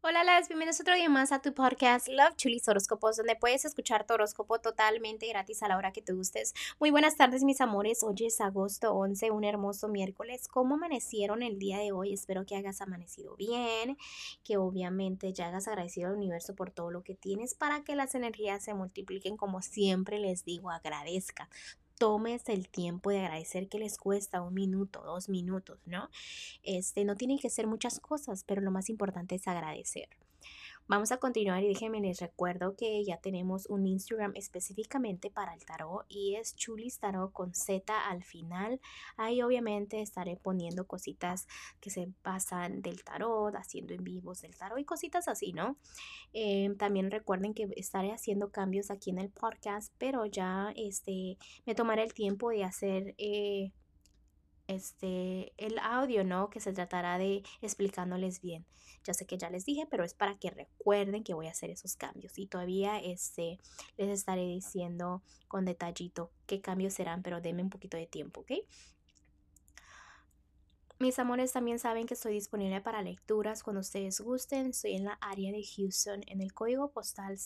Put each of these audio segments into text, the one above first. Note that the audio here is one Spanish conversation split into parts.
Hola, las bienvenidos otro día más a tu podcast Love Chulis Horóscopos, donde puedes escuchar tu horóscopo totalmente gratis a la hora que te gustes. Muy buenas tardes, mis amores. Hoy es agosto 11, un hermoso miércoles. ¿Cómo amanecieron el día de hoy? Espero que hayas amanecido bien, que obviamente ya hayas agradecido al universo por todo lo que tienes para que las energías se multipliquen. Como siempre les digo, agradezca. Tomes el tiempo de agradecer que les cuesta 1 minuto, 2 minutos, ¿no? No tienen que ser muchas cosas, pero lo más importante es agradecer. Vamos a continuar y déjenme les recuerdo que ya tenemos un Instagram específicamente para el tarot y es Chulis Tarot con Z al final. Ahí obviamente estaré poniendo cositas que se pasan del tarot, haciendo en vivos del tarot y cositas así, ¿no? También recuerden que estaré haciendo cambios aquí en el podcast, pero ya me tomaré el tiempo de hacer el audio, ¿no? Que se tratará de explicándoles bien. Ya sé que ya les dije, pero es para que recuerden que voy a hacer esos cambios y todavía les estaré diciendo con detallito qué cambios serán, pero denme un poquito de tiempo, ¿ok? Mis amores también saben que estoy disponible para lecturas cuando ustedes gusten. Estoy en la área de Houston en el código postal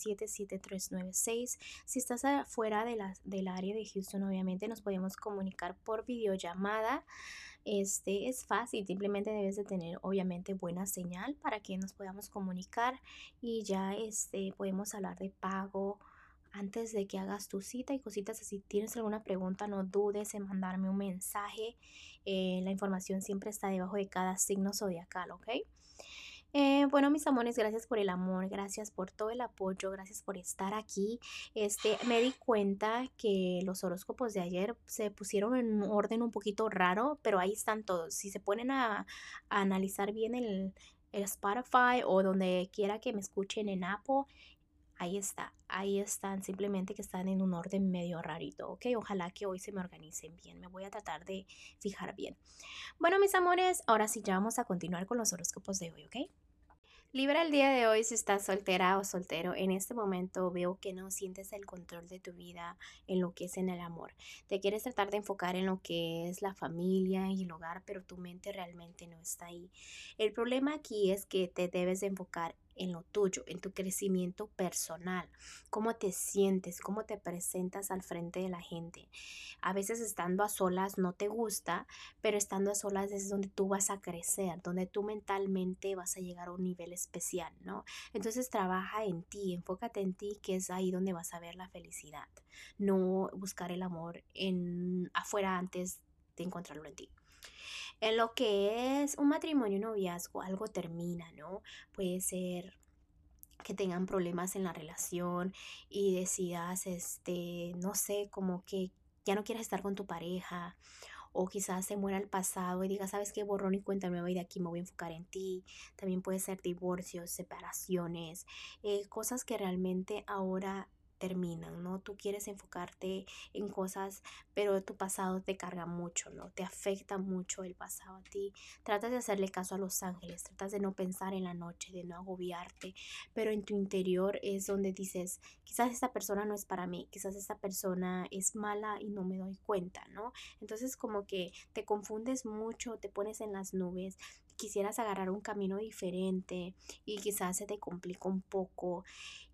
77396. Si estás afuera del área de Houston, obviamente nos podemos comunicar por videollamada. Es fácil, simplemente debes de tener obviamente buena señal para que nos podamos comunicar y ya podemos hablar de pago antes de que hagas tu cita y cositas así. Si tienes alguna pregunta, no dudes en mandarme un mensaje. La información siempre está debajo de cada signo zodiacal, ¿ok? Bueno, mis amores, gracias por el amor, gracias por todo el apoyo, gracias por estar aquí. Me di cuenta que los horóscopos de ayer se pusieron en un orden un poquito raro, pero ahí están todos. Si se ponen a analizar bien el Spotify o donde quiera que me escuchen en Apple, ahí está, ahí están, simplemente que están en un orden medio rarito, ¿ok? Ojalá que hoy se me organicen bien, me voy a tratar de fijar bien. Bueno, mis amores, ahora sí ya vamos a continuar con los horóscopos de hoy, ¿ok? Libra, el día de hoy, si estás soltera o soltero, en este momento veo que no sientes el control de tu vida en lo que es en el amor. Te quieres tratar de enfocar en lo que es la familia y el hogar, pero tu mente realmente no está ahí. El problema aquí es que te debes de enfocar en lo tuyo, en tu crecimiento personal, cómo te sientes, cómo te presentas al frente de la gente. A veces estando a solas no te gusta, pero estando a solas es donde tú vas a crecer, donde tú mentalmente vas a llegar a un nivel especial, ¿no? Entonces trabaja en ti, enfócate en ti, que es ahí donde vas a ver la felicidad, no buscar el amor en afuera antes de encontrarlo en ti. En lo que es un matrimonio, un noviazgo, algo termina, ¿no? Puede ser que tengan problemas en la relación y decidas, no sé, como que ya no quieres estar con tu pareja o quizás se muera el pasado y diga, sabes qué, borrón y cuenta nueva y de aquí me voy a enfocar en ti. También puede ser divorcios, separaciones, cosas que realmente ahora terminan, ¿no? Tú quieres enfocarte en cosas, pero tu pasado te carga mucho, ¿no? Te afecta mucho el pasado a ti. Tratas de hacerle caso a los ángeles, tratas de no pensar en la noche, de no agobiarte, pero en tu interior es donde dices, quizás esta persona no es para mí, quizás esta persona es mala y no me doy cuenta, ¿no? Entonces como que te confundes mucho, te pones en las nubes, quisieras agarrar un camino diferente y quizás se te complica un poco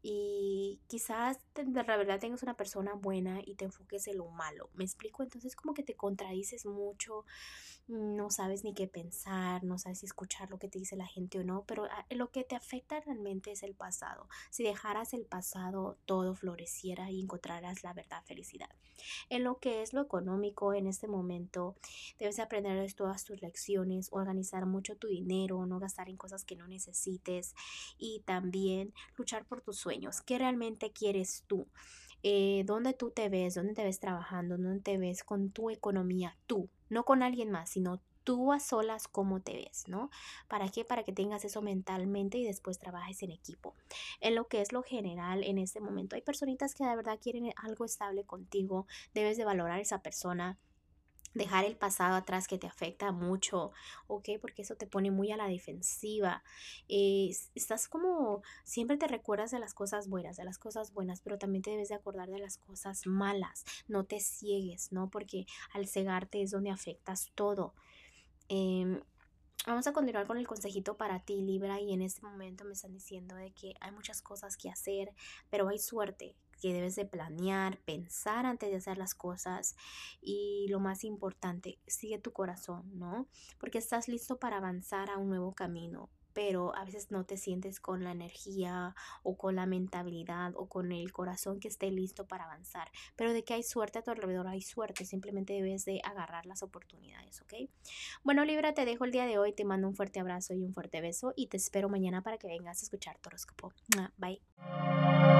y quizás de la verdad tengas una persona buena y te enfoques en lo malo. ¿Me explico? Entonces como que te contradices mucho, no sabes ni qué pensar, no sabes si escuchar lo que te dice la gente o no, pero lo que te afecta realmente es el pasado. Si dejaras el pasado, todo floreciera y encontraras la verdad felicidad. En lo que es lo económico, en este momento debes aprender todas tus lecciones, organizar mucho tu dinero, no gastar en cosas que no necesites y también luchar por tus sueños. ¿Qué realmente quieres tú? ¿Dónde tú te ves? ¿Dónde te ves trabajando? ¿Dónde te ves con tu economía? Tú, no con alguien más, sino tú a solas cómo te ves, ¿no? ¿Para qué? Para que tengas eso mentalmente y después trabajes en equipo. En lo que es lo general, en este momento hay personitas que de verdad quieren algo estable contigo, debes de valorar a esa persona, dejar el pasado atrás que te afecta mucho, ¿ok? Porque eso te pone muy a la defensiva. Estás como, siempre te recuerdas de las cosas buenas, pero también te debes de acordar de las cosas malas. No te ciegues, ¿no? Porque al cegarte es donde afectas todo. Em, Vamos a continuar con el consejito para ti, Libra, y en este momento me están diciendo de que hay muchas cosas que hacer, pero hay suerte que debes de planear, pensar antes de hacer las cosas y lo más importante, sigue tu corazón, ¿no? Porque estás listo para avanzar a un nuevo camino, pero a veces no te sientes con la energía o con la mentalidad o con el corazón que esté listo para avanzar. Pero de que hay suerte a tu alrededor, hay suerte, simplemente debes de agarrar las oportunidades, ¿ok? Bueno, Libra, te dejo el día de hoy, te mando un fuerte abrazo y un fuerte beso y te espero mañana para que vengas a escuchar tu horóscopo. Bye.